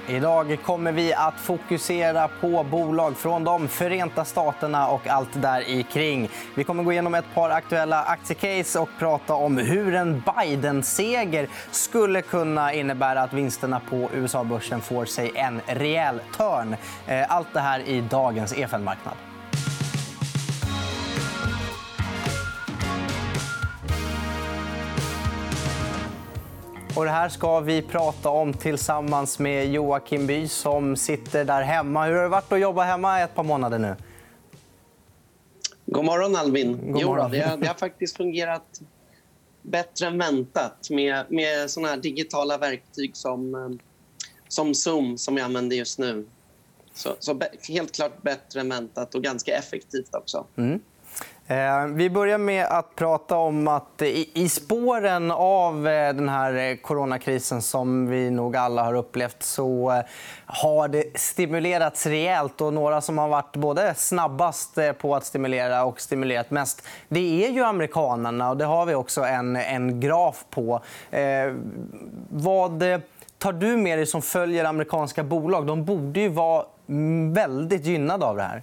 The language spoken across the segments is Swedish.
Idag kommer vi att fokusera på bolag från de Förenta Staterna och allt där i kring. Vi kommer gå igenom ett par aktuella aktiecase och prata om hur en Biden-seger skulle kunna innebära att vinsterna på USA-börsen får sig en rejäl törn. Allt det här i dagens EFN-marknad. Och det här ska vi prata om tillsammans med Joakim By som sitter där hemma. Hur har det varit att jobba hemma ett par månader nu? God morgon, Alvin. God morgon. Det har faktiskt fungerat bättre än väntat med såna här digitala verktyg som Zoom som jag använder just nu. Så helt klart bättre än väntat och ganska effektivt också. Vi börjar med att prata om att i spåren av den här coronakrisen som vi nog alla har upplevt så har det stimulerats rejält. Och några som har varit både snabbast på att stimulera och stimulerat mest, det är ju amerikanerna. Och det har vi också en graf på. Vad tar du med dig som följer amerikanska bolag? De borde ju vara väldigt gynnade av det här.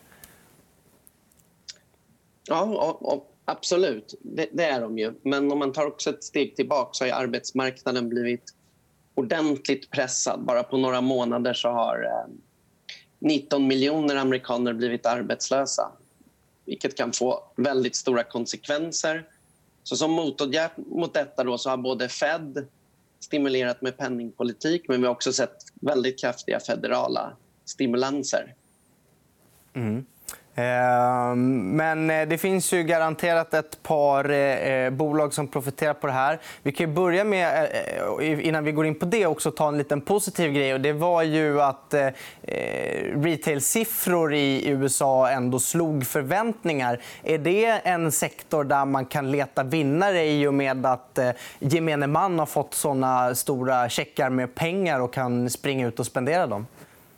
Ja, absolut. Det är de ju. Men om man tar också ett steg tillbaka så har arbetsmarknaden blivit ordentligt pressad. Bara på några månader så har 19 miljoner amerikaner blivit arbetslösa. Vilket kan få väldigt stora konsekvenser. Så som motåtgärd mot detta då så har både Fed stimulerat med penningpolitik, men vi har också sett väldigt kraftiga federala stimulanser. Men det finns ju garanterat ett par bolag som profiterar på det här. Vi kan ju börja med, innan vi går in på det, också ta en liten positiv grej. Och det var ju att retail-siffror i USA ändå slog förväntningar. Är det en sektor där man kan leta vinnare i och med att gemene man har fått såna stora checkar med pengar och kan springa ut och spendera dem?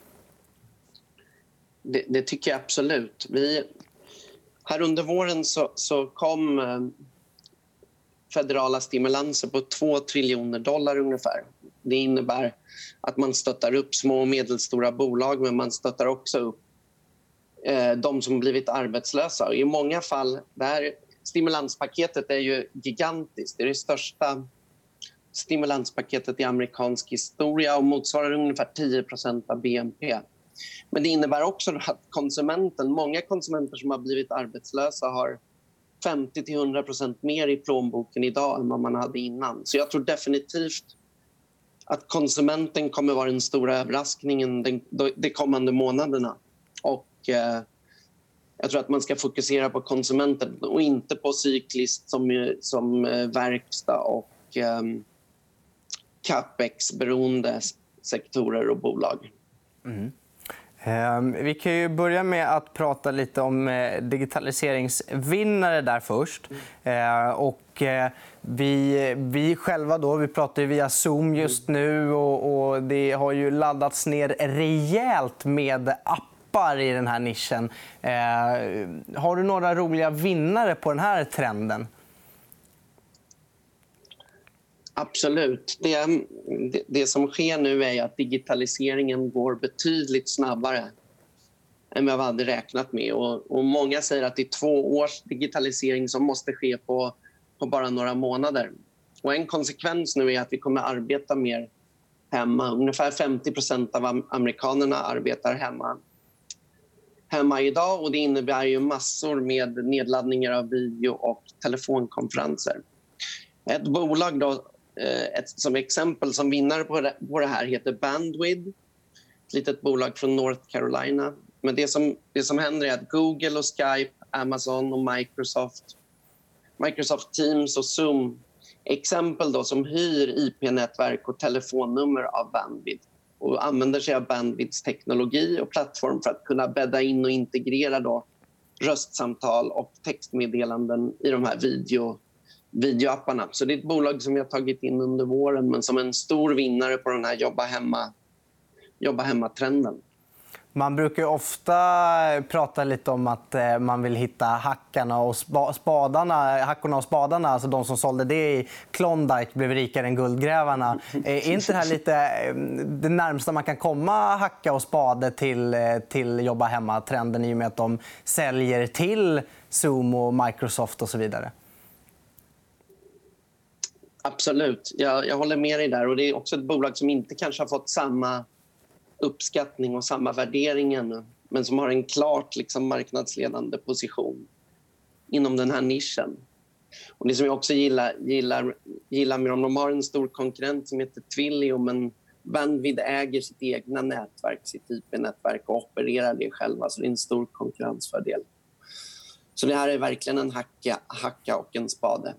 Det tycker jag absolut. Här under våren så kom federala stimulanser på $2 triljoner ungefär. Det innebär att man stöttar upp små och medelstora bolag, men man stöttar också upp de som blivit arbetslösa. Och i många fall, det här stimulanspaketet är ju gigantiskt. Det är det största stimulanspaketet i amerikansk historia och motsvarar ungefär 10% av BNP. Men det innebär också att många konsumenter som har blivit arbetslösa har 50-100% mer i plånboken idag än vad man hade innan. Så jag tror definitivt att konsumenten kommer vara den stora överraskningen de kommande månaderna. Och jag tror att man ska fokusera på konsumenten och inte på cykliskt som verkstad och capex-beroende sektorer och bolag. Vi kan ju börja med att prata lite om digitaliseringsvinnare där först. Och vi själva då, vi pratar ju via Zoom just nu och det har ju laddats ner rejält med appar i den här nischen. Har du några roliga vinnare på den här trenden? Absolut. Det som sker nu är att digitaliseringen går betydligt snabbare än vad vi hade räknat med. Och många säger att det är 2 års digitalisering som måste ske på bara några månader. Och en konsekvens nu är att vi kommer arbeta mer hemma. Ungefär 50% av amerikanerna arbetar hemma idag, och det innebär ju massor med nedladdningar av video och telefonkonferenser. Ett bolag då, som exempel som vinnare på det här heter Bandwidth, ett litet bolag från North Carolina. Men det som händer är att Google och Skype, Amazon och Microsoft Teams och Zoom exempel då, som hyr IP-nätverk och telefonnummer av Bandwidth och använder sig av Bandwidths teknologi och plattform för att kunna bädda in och integrera då röstsamtal och textmeddelanden i de här videoapparna. Så det är ett bolag som vi har tagit in under våren, men som en stor vinnare på den här jobba hemma-trenden. Man brukar ofta prata lite om att man vill hitta hackarna och spadarna, alltså de som sålde det i Klondike blev rikare än guldgrävarna. Är inte det här lite det närmsta man kan komma hacka och spade till jobba hemma-trenden i och med att de säljer till Zoom och Microsoft och så vidare? Absolut. Jag håller med dig där. Och det är också ett bolag som inte kanske har fått samma uppskattning och samma värdering ännu, men som har en klart marknadsledande position inom den här nischen. Och det som jag också gillar med dem, de har en stor konkurrent som heter Twilio, men Bandvid äger sitt egna nätverk, sitt IP-nätverk och opererar det själva, så det är en stor konkurrensfördel. Så det här är verkligen en hacka och en spade.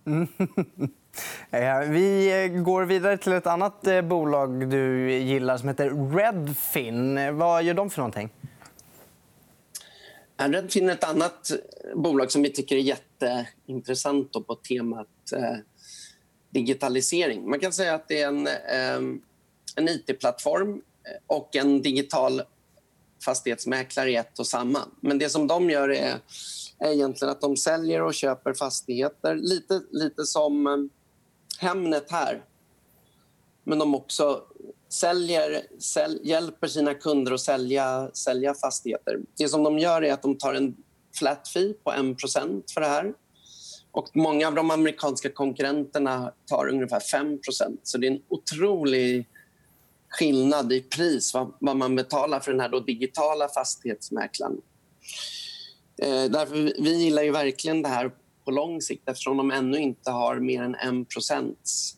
Vi går vidare till ett annat bolag du gillar som heter Redfin. Vad gör de för någonting? Redfin är ett annat bolag som vi tycker är jätteintressant på temat digitalisering. Man kan säga att det är en IT-plattform och en digital fastighetsmäklare i ett och samma. Men det som de gör är egentligen att de säljer och köper fastigheter. Lite som Hemnet här. Men de också hjälper sina kunder att sälja fastigheter. Det som de gör är att de tar en flat fee på 1% för det här. Och många av de amerikanska konkurrenterna tar ungefär 5%. Så det är en otrolig skillnad i pris vad man betalar för den här digitala fastighetsmäklaren. Därför vi gillar ju verkligen det här på lång sikt eftersom de ännu inte har mer än 1%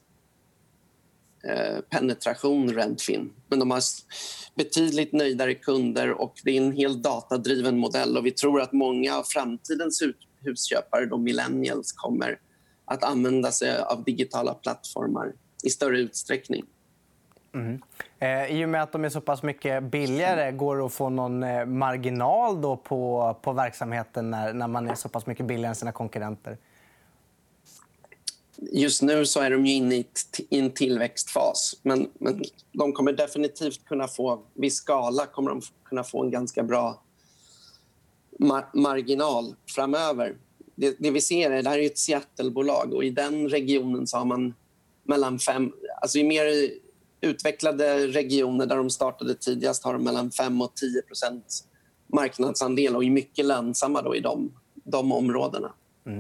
penetration Redfin. Men de har betydligt nöjdare kunder och det är en helt datadriven modell och vi tror att många av framtidens husköpare, de millennials, kommer att använda sig av digitala plattformar i större utsträckning. I och med att de är så pass mycket billigare, går det att få någon marginal då på verksamheten när man är så pass mycket billigare än sina konkurrenter? Just nu så är de ju inne i en tillväxtfas. Men de kommer definitivt kunna få, vid skala kommer de kunna få en ganska bra marginal framöver. Det vi ser är, det här är ett Seattle-bolag och i den regionen så har man mellan 5, alltså i mer utvecklade regioner där de startade tidigast har de mellan 5 och 10% marknadsandel och är mycket lönsamma då i de områdena.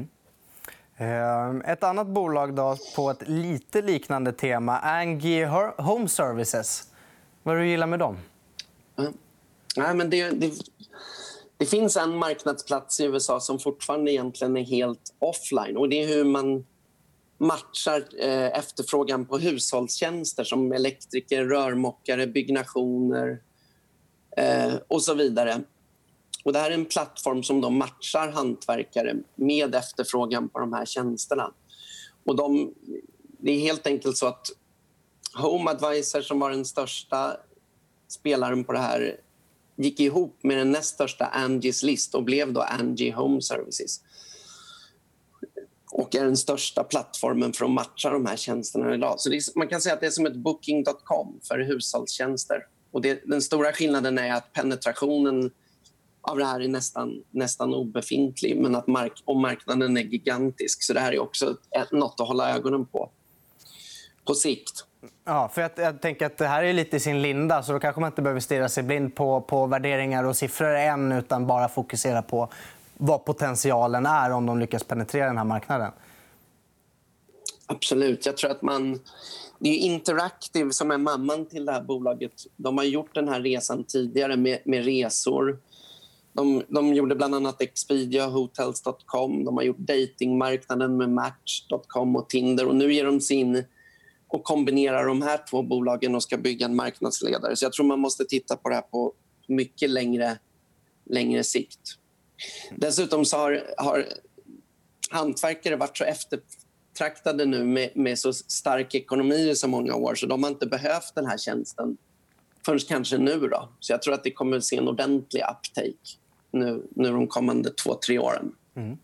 Ett annat bolag då på ett lite liknande tema, Angie Home Services. Vad du gillar med dem? Nej, men det finns en marknadsplats i USA som fortfarande egentligen är helt offline och det är hur man matchar efterfrågan på hushållstjänster som elektriker, rörmokare, byggnationer och så vidare. Och det här är en plattform som de matchar hantverkare med efterfrågan på de här tjänsterna. Och det är helt enkelt så att Home Advisor som var den största spelaren på det här gick ihop med den näst största Angie's List och blev då Angie Home Services. Och är den största plattformen för att matcha de här tjänsterna idag. Så man kan säga att det är som ett booking.com för hushållstjänster. Och den stora skillnaden är att penetrationen av det här är nästan obefintlig men att marknaden är gigantisk. Så det här är också något att hålla ögonen på sikt. Ja, för jag tänker att det här är lite i sin linda så då kanske man inte behöver stirra sig blind på värderingar och siffror än utan bara fokusera på vad potentialen är om de lyckas penetrera den här marknaden. Absolut. Jag tror att det är Interactive som är mamman till det här bolaget. De har gjort den här resan tidigare med resor. De gjorde bland annat Expedia, Hotels.com. De har gjort datingmarknaden med Match.com och Tinder. Och nu ger de sig in och kombinerar de här två bolagen och ska bygga en marknadsledare. Så jag tror man måste titta på det här på mycket längre sikt. Dessutom så har hantverkare varit så eftertraktade nu med så stark ekonomi i så många år så de har inte behövt den här tjänsten förrän kanske nu då. Så jag tror att det kommer att se en ordentlig uptake nu de kommande 2-3 åren.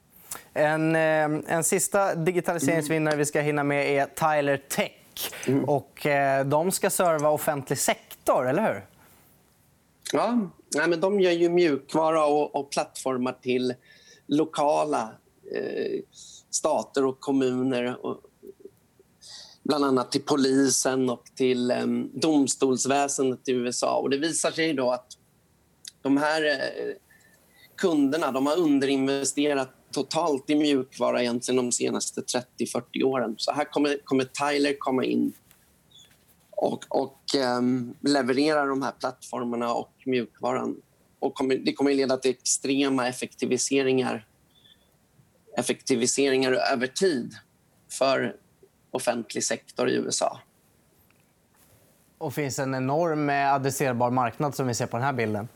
En sista digitaliseringsvinnare vi ska hinna med är Tyler Tech. Och de ska serva offentlig sektor, eller hur? Ja, nej, men de gör ju mjukvara och plattformar till lokala stater och kommuner. Och bland annat till polisen och till domstolsväsendet i USA. Och det visar sig då att de här kunderna de har underinvesterat totalt i mjukvara egentligen de senaste 30-40 åren. Så här kommer Tyler komma in och leverera de här plattformarna och mjukvaran. Och det kommer leda till extrema effektiviseringar över tid för offentlig sektor i USA. Och finns en enorm adresserbar marknad som vi ser på den här bilden.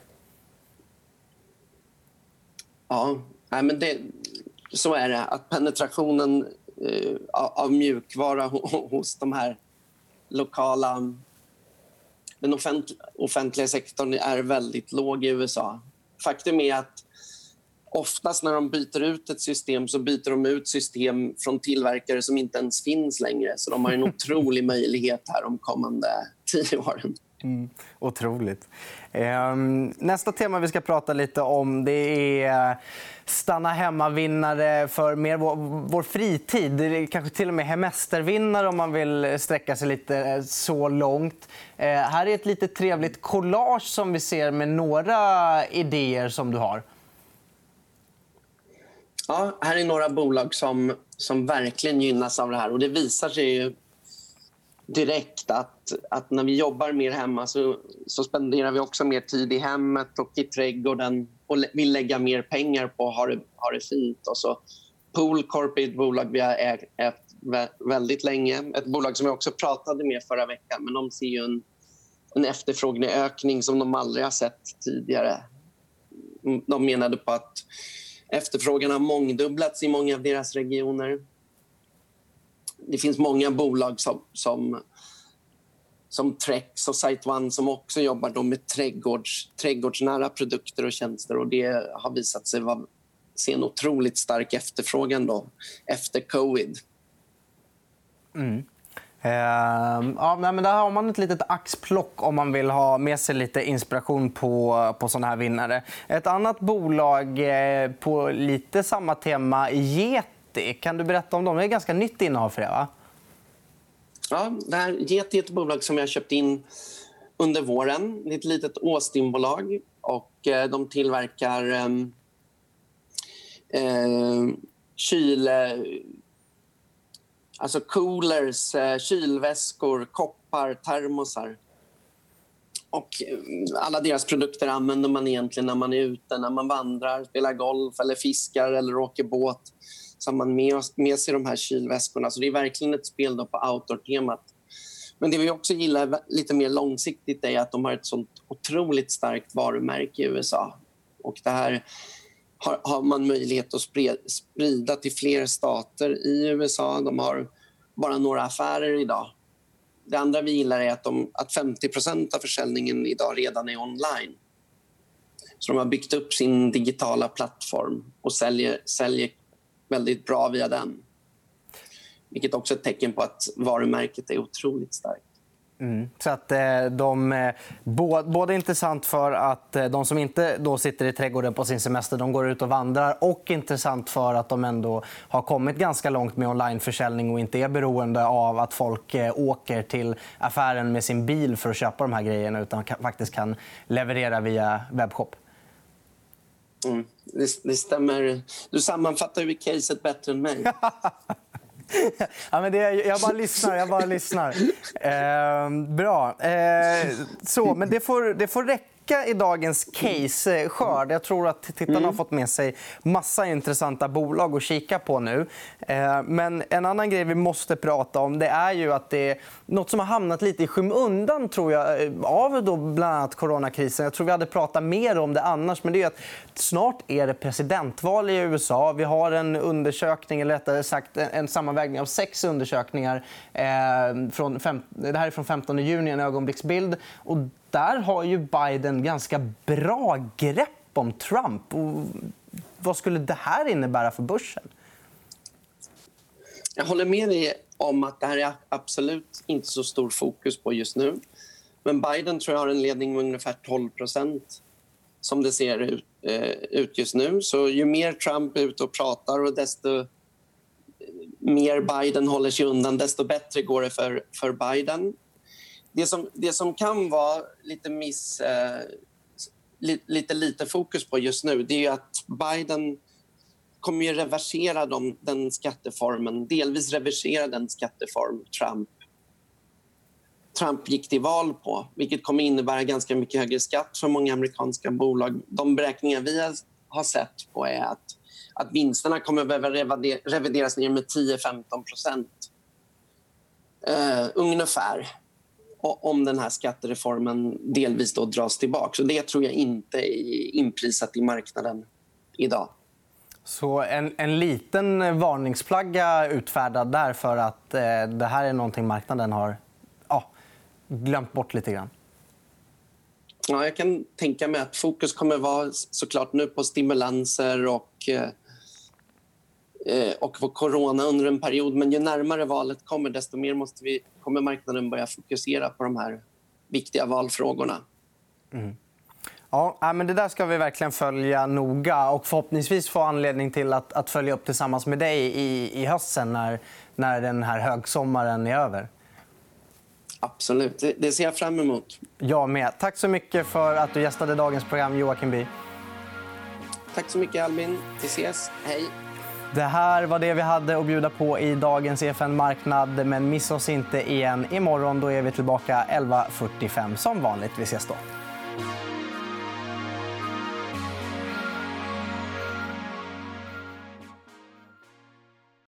Ja, men så är det. Att penetrationen av mjukvara hos de här lokala... Den offentliga sektorn är väldigt låg i USA. Faktum är att oftast när de byter ut ett system så byter de ut system från tillverkare som inte ens finns längre. Så de har en otrolig möjlighet här de kommande 10 åren. Otroligt. Nästa tema vi ska prata lite om det är stanna hemma-vinnare för mer vår fritid. Kanske till och med hemestervinnare om man vill sträcka sig lite så långt. Här är ett lite trevligt collage som vi ser med några idéer som du har. Ja, här är några bolag som verkligen gynnas av det här. Och det visar sig ju direkt att när vi jobbar mer hemma så spenderar vi också mer tid i hemmet och i trädgården och vill lägga mer pengar på att ha det fint. Och så Poolcorp är ett bolag vi har ägt väldigt länge. Ett bolag som jag också pratade med förra veckan, men de ser ju en efterfrågeökning som de aldrig har sett tidigare. De menade på att efterfrågan har mångdubblats i många av deras regioner. Det finns många bolag som Trex och SiteOne som också jobbar då med trädgårdsnära produkter och tjänster. Och det har visat sig se en otroligt stark efterfrågan då, efter covid. Ja, men där har man ett litet axplock om man vill ha med sig lite inspiration på såna här vinnare. Ett annat bolag på lite samma tema, Yeti. Kan du berätta om dem? Det är ganska nytt innehav för det, va? Ja, Yeti är ett bolag som jag köpt in under våren. Det är ett litet Austin-bolag och de tillverkar alltså coolers, kylväskor, koppar, termosar. Och alla deras produkter använder man egentligen när man är ute, när man vandrar, spelar golf eller fiskar eller åker båt. Så har man med sig de här kylväskorna. Så det är verkligen ett spel då på outdoor-temat. Men det vi också gillar lite mer långsiktigt är att de har ett sånt otroligt starkt varumärke i USA. Och det här har man möjlighet att sprida till fler stater i USA. De har bara några affärer idag. Det andra vi gillar är att 50% av försäljningen idag redan är online. Så de har byggt upp sin digitala plattform och säljer väldigt bra via den. Vilket också är ett tecken på att varumärket är otroligt starkt. Så att både intressant för att de som inte då sitter i trädgården på sin semester de går ut och vandrar, och intressant för att de ändå har kommit ganska långt med onlineförsäljning och inte är beroende av att folk åker till affären med sin bil för att köpa de här grejerna, utan faktiskt kan leverera via webbshop. Det stämmer. Du sammanfattar ju caset bättre än mig. Ja, men jag bara lyssnar. Bra. Så, men det får räcka i dagens case-skörd. Jag tror att tittarna har fått med sig massa intressanta bolag att kika på nu. Men en annan grej vi måste prata om, det är ju att det är något som har hamnat lite i skymundan, tror jag, av då bland annat coronakrisen. Jag tror vi hade pratat mer om det annars, men det är att snart är det presidentval i USA. Vi har en undersökning, eller rättare sagt en sammanvägning av 6 undersökningar. Det här är från 15 juni, en ögonblicksbild. Och där har ju Biden ganska bra grepp om Trump. Och vad skulle det här innebära för börsen? Jag håller med dig om att det här är absolut inte så stor fokus på just nu. Men Biden tror jag har en ledning med ungefär 12% som det ser ut just nu. Så ju mer Trump är ute och pratar och desto mer Biden håller sig undan, desto bättre går det för Biden. Det som kan vara lite fokus på just nu, det är att Biden kommer ju reversera den skatteformen, delvis reversera den skatteform Trump gick till val på, vilket kommer innebära ganska mycket högre skatt för många amerikanska bolag. De beräkningar vi har sett på är att vinsterna kommer behöva revideras ner med 10-15% ungefär, om den här skattereformen delvis då dras tillbaka. Så det tror jag inte är inprisat i marknaden idag. Så en liten varningsflagga utfärdad där för att det här är någonting marknaden har glömt bort lite grann. Ja, jag kan tänka mig att fokus kommer vara såklart nu på stimulanser och på corona under en period. Men ju närmare valet kommer, desto mer kommer marknaden börja fokusera på de här viktiga valfrågorna. Mm. Ja, men det där ska vi verkligen följa noga och förhoppningsvis få anledning till att följa upp tillsammans med dig i hösten när den här högsommaren är över. Absolut, det ser jag fram emot. Jag med. Tack så mycket för att du gästade dagens program, Joakim By. Tack så mycket, Albin. Vi ses. Hej. Det här var det vi hade att bjuda på i dagens EFN Marknad. Men missa oss inte igen imorgon. Då är vi tillbaka 11:45 som vanligt. Vi ses då.